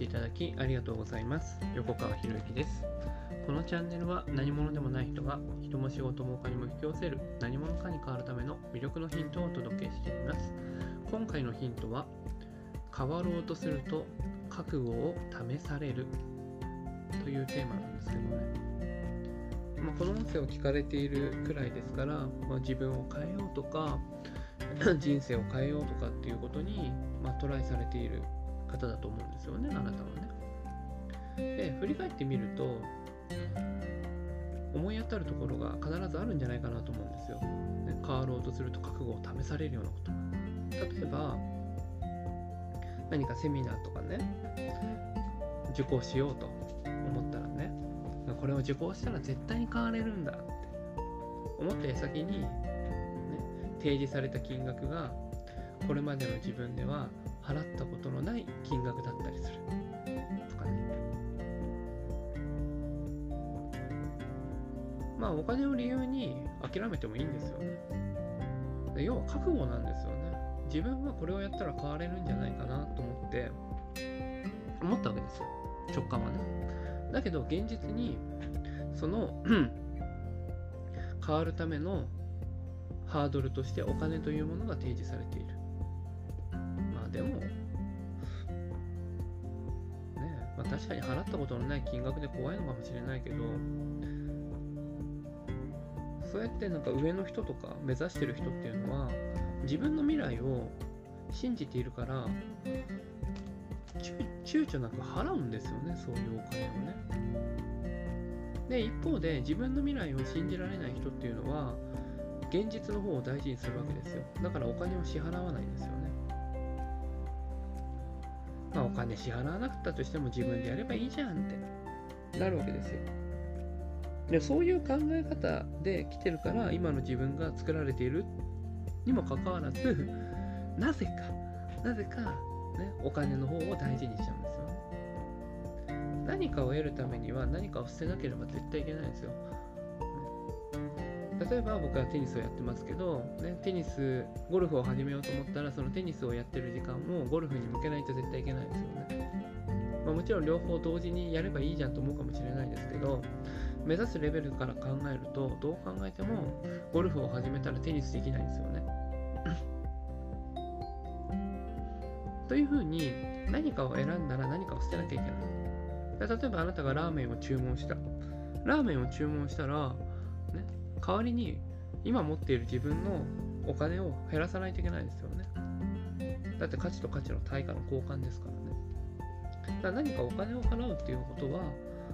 いただきありがとうございます。横川博之です。このチャンネルは何者でもない人が人も仕事もお金も引き寄せる何者かに変わるための魅力のヒントをお届けしています。今回のヒントは、変わろうとすると覚悟を試されるというテーマなんですけどね。この音声を聞かれているくらいですから、自分を変えようとか人生を変えようとかっていうことに、トライされている方だと思うんですよね、あなたはね。で、振り返ってみると思い当たるところが必ずあるんじゃないかなと思うんですよ、ね。変わろうとすると覚悟を試されるようなことが、例えば何かセミナーとかね受講しようと思ったらね、これを受講したら絶対に変われるんだって思った矢先に、提示された金額がこれまでの自分では払ったことのない金額だったりするとかね。お金を理由に諦めてもいいんですよね。要は覚悟なんですよね。自分はこれをやったら変われるんじゃないかなと思ったわけですよ、直感はね。だけど現実にその変わるためのハードルとしてお金というものが提示されている。でもね、確かに払ったことのない金額で怖いのかもしれないけど、そうやって上の人とか目指してる人っていうのは自分の未来を信じているから躊躇なく払うんですよね、そういうお金をね。で、一方で自分の未来を信じられない人っていうのは現実の方を大事にするわけですよ。だからお金を支払わないんですよね。お金支払わなかったとしても自分でやればいいじゃんってなるわけですよ。で、そういう考え方で来てるから今の自分が作られているにもかかわらず、なぜかね、お金の方を大事にしちゃうんですよね。何かを得るためには何かを捨てなければ絶対いけないんですよ。例えば僕はテニスをやってますけど、ゴルフを始めようと思ったら、そのテニスをやってる時間もゴルフに向けないと絶対いけないですよね。もちろん両方同時にやればいいじゃんと思うかもしれないですけど、目指すレベルから考えるとどう考えてもゴルフを始めたらテニスできないんですよねというふうに、何かを選んだら何かを捨てなきゃいけない。例えばあなたがラーメンを注文したら、代わりに今持っている自分のお金を減らさないといけないですよね。だって価値と価値の対価の交換ですからね。だから何かお金を払うっていうことは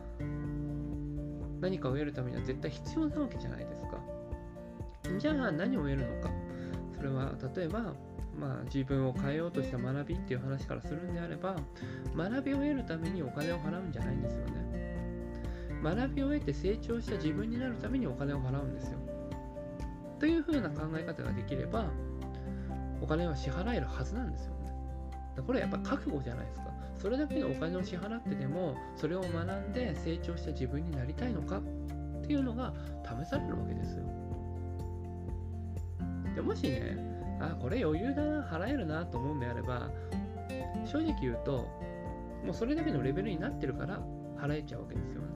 何かを得るためには絶対必要なわけじゃないですか。じゃあ何を得るのか。それは例えば自分を変えようとした学びっていう話からするんであれば、学びを得るためにお金を払うんじゃないんですよね。学びを得て成長した自分になるためにお金を払うんですよ。という風な考え方ができればお金は支払えるはずなんですよね。これはやっぱ覚悟じゃないですか。それだけのお金を支払ってでもそれを学んで成長した自分になりたいのかっていうのが試されるわけですよ。でもしね、これ余裕だな、払えるなと思うんであれば、正直言うともうそれだけのレベルになってるから払えちゃうわけですよね。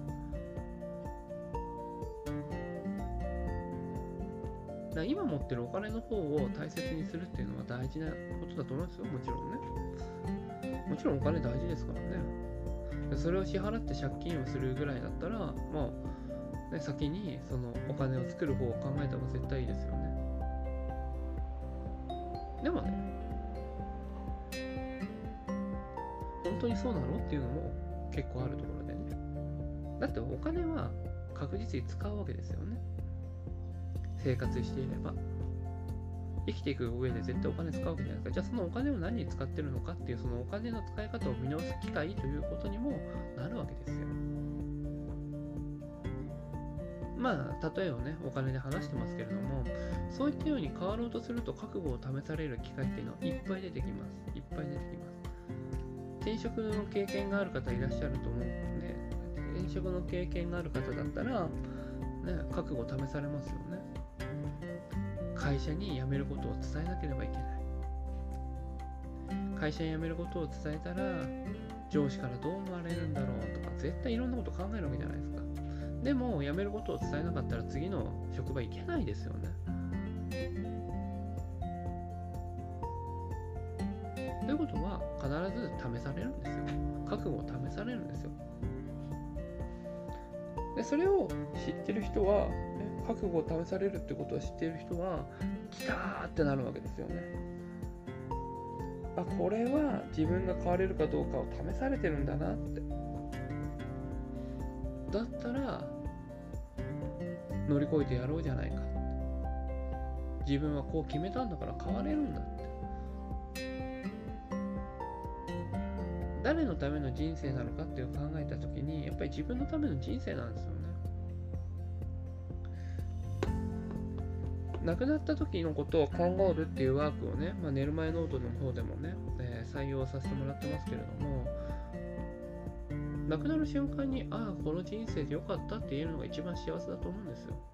だから今持ってるお金の方を大切にするっていうのは大事なことだと思うんですよ。もちろんね。もちろんお金大事ですからね。それを支払って借金をするぐらいだったら、先にそのお金を作る方を考えた方が絶対いいですよね。でもね、本当にそうなのっていうのも結構あるところでね。だってお金は確実に使うわけですよね。生活していれば生きていく上で絶対お金使うわけじゃないですか。じゃあそのお金を何に使ってるのかっていう、そのお金の使い方を見直す機会ということにもなるわけですよ。例えをね、お金で話してますけれども、そういったように変わろうとすると覚悟を試される機会っていうのはいっぱい出てきます。転職の経験がある方いらっしゃると思うんで、転職の経験がある方だったら、覚悟を試されますよね。会社に辞めることを伝えなければいけない。会社に辞めることを伝えたら、 上司からどう思われるんだろうとか、絶対いろんなこと考えるわけじゃないですか。でも辞めることを伝えなかったら次の職場行けないですよね。ということは必ず試されるんですよ。覚悟を試されるんですよ。でそれを知ってる人は、覚悟を試されるってことを知っている人は来たーってなるわけですよね。これは自分が変われるかどうかを試されてるんだなって。だったら乗り越えてやろうじゃないか。自分はこう決めたんだから変われるんだって。誰のための人生なのかっていう考えたときに、やっぱり自分のための人生なんですよね。亡くなった時のことを考えるっていうワークをね、寝る前ノートの方でもね、採用させてもらってますけれども、亡くなる瞬間にこの人生で良かったって言えるのが一番幸せだと思うんですよ。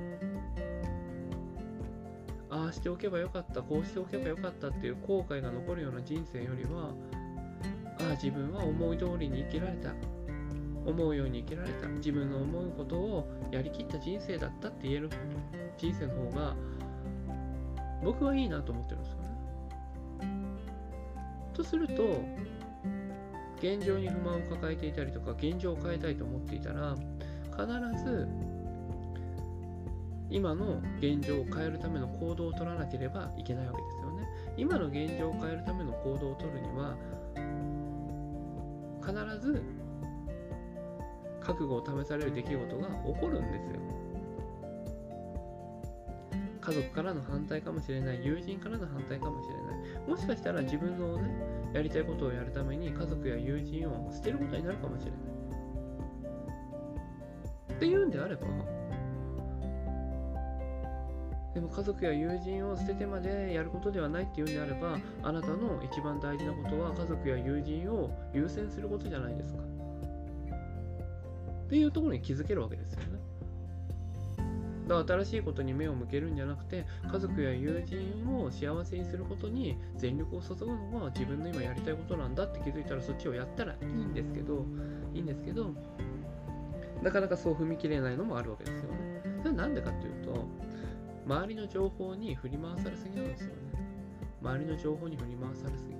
ああしておけばよかった、こうしておけばよかったっていう後悔が残るような人生よりは、自分は思い通りに生きられた、思うように生きられた、自分の思うことをやりきった人生だったって言える人生の方が僕はいいなと思ってるんですよね。とすると、現状に不満を抱えていたりとか、現状を変えたいと思っていたら、必ず今の現状を変えるための行動を取らなければいけないわけですよね。今の現状を変えるための行動を取るには、必ず覚悟を試される出来事が起こるんですよ。家族からの反対かもしれない、友人からの反対かもしれない、もしかしたら自分のね、やりたいことをやるために家族や友人を捨てることになるかもしれないっていうんであれば、でも家族や友人を捨ててまでやることではないっていうんであれば、あなたの一番大事なことは家族や友人を優先することじゃないですかっていうところに気づけるわけですよね。だから新しいことに目を向けるんじゃなくて、家族や友人を幸せにすることに全力を注ぐのが自分の今やりたいことなんだって気づいたら、そっちをやったらいいんですけど、なかなかそう踏み切れないのもあるわけですよね。それはなんでかっていうと、周りの情報に振り回されすぎなんですよね。周りの情報に振り回されすぎ。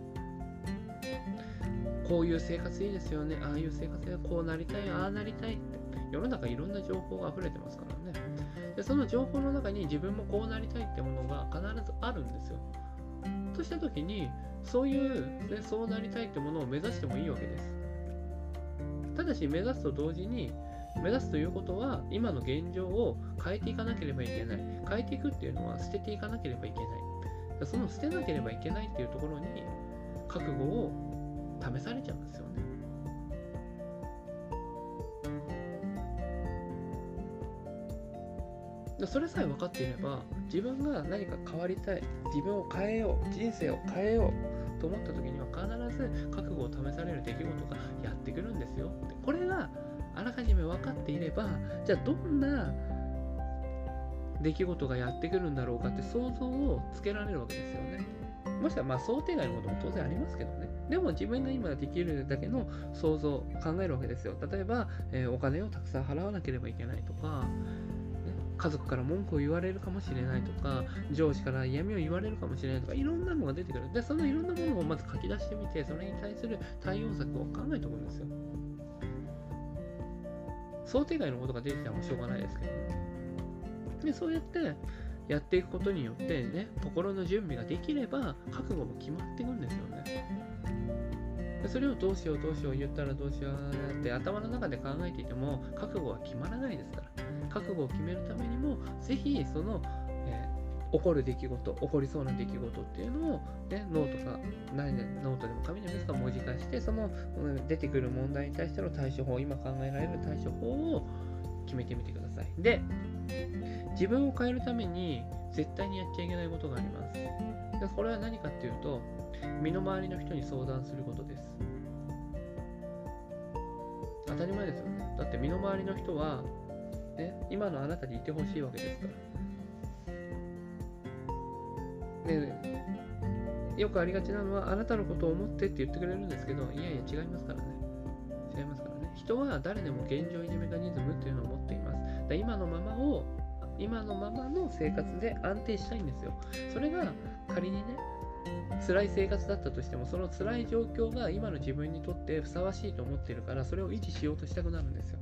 こういう生活いいですよね、ああいう生活でこうなりたい、ああなりたいって、世の中いろんな情報が溢れてますからね。でその情報の中に自分もこうなりたいってものが必ずあるんですよ。とした時に、そういう、そうなりたいってものを目指してもいいわけです。ただし目指すと同時に、目指すということは今の現状を変えていかなければいけない。変えていくっていうのは捨てていかなければいけない。その捨てなければいけないっていうところに覚悟を試されちゃうんですよね。それさえ分かっていれば、自分が何か変わりたい、自分を変えよう、人生を変えようと思った時には、必ず覚悟を試される出来事がやってくるんですよ。これがあらかじめ分かっていれば、じゃあどんな出来事がやってくるんだろうかって想像をつけられるわけですよね。もしくは想定外のことも当然ありますけどね。でも自分が今できるだけの想像を考えるわけですよ。例えば、お金をたくさん払わなければいけないとか、家族から文句を言われるかもしれないとか、上司から嫌味を言われるかもしれないとか、いろんなのが出てくる。で、そのいろんなものをまず書き出してみて、それに対する対応策を考えておくんですよ。想定外のことが出てきたらもうしょうがないですけどね。で、そうやってやっていくことによってね、心の準備ができれば覚悟も決まっていくんですよね。でそれをどうしよう言ったらどうしようって頭の中で考えていても覚悟は決まらないですから、覚悟を決めるためにもぜひその、起こる出来事、起こりそうな出来事っていうのを、ね、ノートでも紙でもいいですか、文字化して、その、出てくる問題に対しての対処法、今考えられる対処法を決めてみてください。で、自分を変えるために絶対にやっちゃいけないことがあります。でこれは何かっていうと、身の回りの人に相談することです。当たり前ですよね。だって身の回りの人は、ね、今のあなたにいてほしいわけですから。で、 よくありがちなのは、あなたのことを思ってって言ってくれるんですけど、いやいや違いますからね。違いますからね。人は誰でも現状維持メカニズムっていうのを持っています。今のままの生活で安定したいんですよ。それが仮にね、辛い生活だったとしても、その辛い状況が今の自分にとってふさわしいと思っているから、それを維持しようとしたくなるんですよ。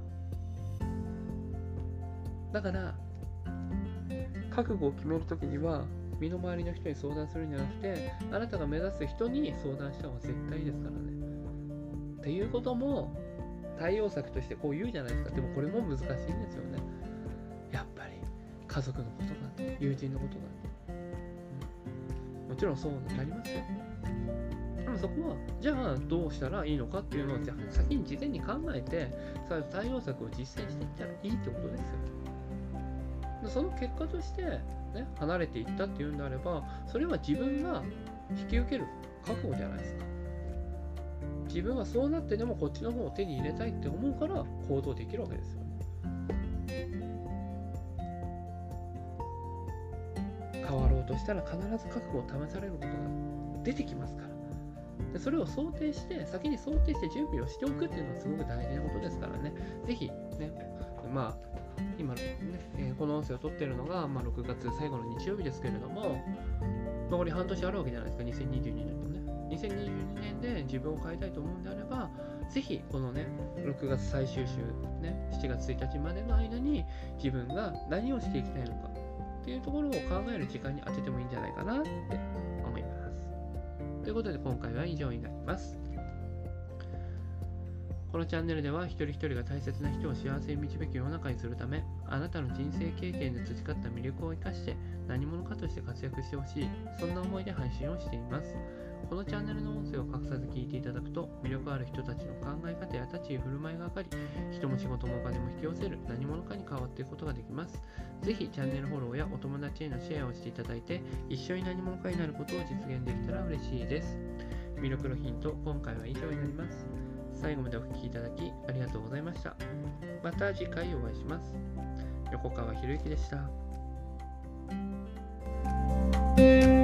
だから覚悟を決めるときには、身の回りの人に相談するんじゃなくて、あなたが目指す人に相談した方が絶対いいですからね。っていうことも対応策としてこう言うじゃないですか。でもこれも難しいんですよね。やっぱり家族のことだと、友人のことだと、もちろんそうなりますよ。でもそこはじゃあどうしたらいいのかっていうのを先に事前に考えて、対応策を実践していったらいいってことですよ。その結果として、ね、離れていったっていうんであれば、それは自分が引き受ける覚悟じゃないですか。自分はそうなってでもこっちの方を手に入れたいって思うから行動できるわけですよね。変わろうとしたら必ず覚悟を試されることが出てきますから。でそれを想定して、先に想定して準備をしておくっていうのはすごく大事なことですからね。ぜひね、今ね、この音声を撮っているのが、6月最後の日曜日ですけれども、残り半年あるわけじゃないですか、2022年のね。2022年で自分を変えたいと思うんであれば、ぜひこのね、6月最終週、ね、7月1日までの間に自分が何をしていきたいのかっていうところを考える時間に当ててもいいんじゃないかなって思います。ということで今回は以上になります。このチャンネルでは一人一人が大切な人を幸せに導く世の中にするため、あなたの人生経験で培った魅力を生かして何者かとして活躍してほしい、そんな思いで配信をしています。このチャンネルの音声を隠さず聞いていただくと、魅力ある人たちの考え方や立ち居振る舞いが分かり、人も仕事もお金も引き寄せる何者かに変わっていくことができます。ぜひチャンネルフォローやお友達へのシェアをしていただいて、一緒に何者かになることを実現できたら嬉しいです。魅力のヒント、今回は以上になります。最後までお聞きいただきありがとうございました。また次回お会いします。横川博之でした。